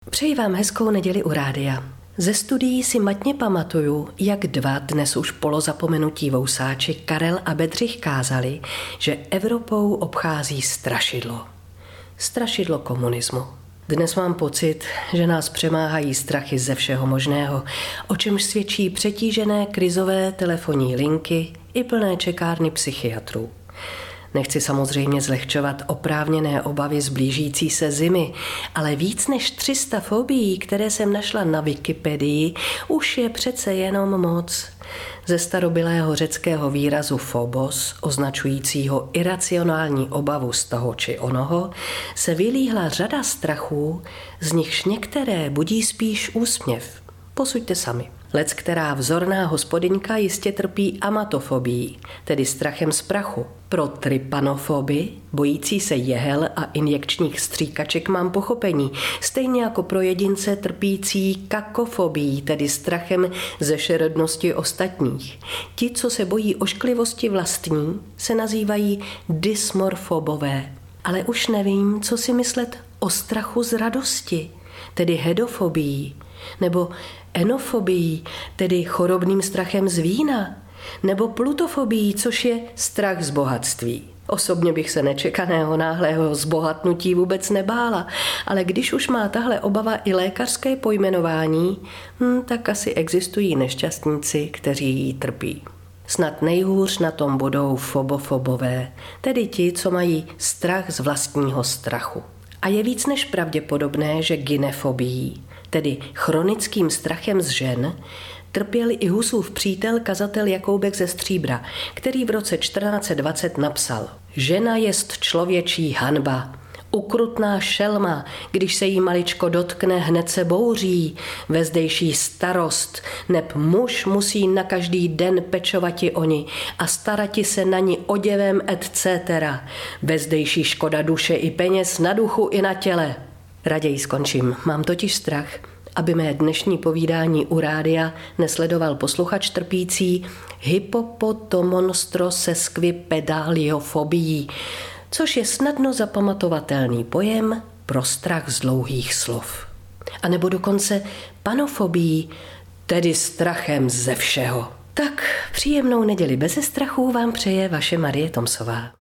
Přeji vám hezkou neděli u rádia. Ze studií si matně pamatuju, jak dva dnes už polozapomenutí vousáči Karel a Bedřich kázali, že Evropou obchází strašidlo. Strašidlo komunismu. Dnes mám pocit, že nás přemáhají strachy ze všeho možného, o čemž svědčí přetížené krizové telefonní linky i plné čekárny psychiatrů. Nechci samozřejmě zlehčovat oprávněné obavy z blížící se zimy, ale víc než 300 fobií, které jsem našla na Wikipedii, už je přece jenom moc. Ze starobylého řeckého výrazu phobos, označujícího iracionální obavu z toho či onoho, se vylíhla řada strachů, z nichž některé budí spíš úsměv. Posuďte sami. Leckterá vzorná hospodyňka jistě trpí amatofobií, tedy strachem z prachu. Pro trypanofoby, bojící se jehel a injekčních stříkaček, mám pochopení, stejně jako pro jedince trpící kakofobií, tedy strachem ze šerednosti ostatních. Ti, co se bojí ošklivosti vlastní, se nazývají dysmorfobové. Ale už nevím, co si myslet o strachu z radosti, tedy hedofobií, nebo enofobií, tedy chorobným strachem z vína, nebo plutofobií, což je strach z bohatství. Osobně bych se nečekaného náhlého zbohatnutí vůbec nebála, ale když už má tahle obava i lékařské pojmenování, tak asi existují nešťastníci, kteří jí trpí. Snad nejhůř na tom budou fobofobové, tedy ti, co mají strach z vlastního strachu. A je víc než pravděpodobné, že gynefobií, tedy chronickým strachem z žen, trpěl i Husův přítel kazatel Jakoubek ze Stříbra, který v roce 1420 napsal: Žena jest člověčí hanba, ukrutná šelma, když se jí maličko dotkne, hned se bouří, vezdejší starost, neb muž musí na každý den pečovati oni a starati se na ní oděvem etc. Vezdejší škoda duše i peněz na duchu i na těle. Raději skončím, mám totiž strach, aby mé dnešní povídání u rádia nesledoval posluchač trpící hypopotomonstrosesquipedaliofobií, což je snadno zapamatovatelný pojem pro strach z dlouhých slov. A nebo dokonce panofobií, tedy strachem ze všeho. Tak příjemnou neděli beze strachů vám přeje vaše Marie Tomsová.